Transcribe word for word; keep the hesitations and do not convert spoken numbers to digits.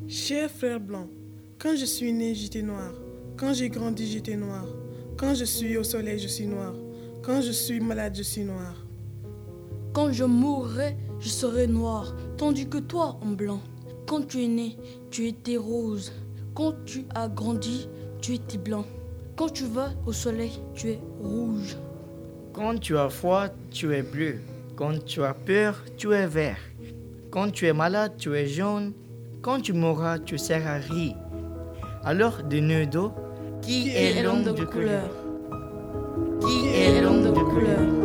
Cher frère blanc, quand je suis né, j'étais noir. Quand j'ai grandi, j'étais noir. Quand je suis au soleil, je suis noir. Quand je suis malade, je suis noir. Quand je mourrai, je serai noir, tandis que toi, en blanc. Quand tu es né, tu étais rose. Quand tu as grandi, tu étais blanc. Quand tu vas au soleil, tu es rouge. Quand tu as froid, tu es bleu. Quand tu as peur, tu es vert. Quand tu es malade, tu es jaune. Quand tu mourras, tu seras gris. Alors, de Neudo, qui, qui est l'homme de couleur? Qui est l'homme de couleur?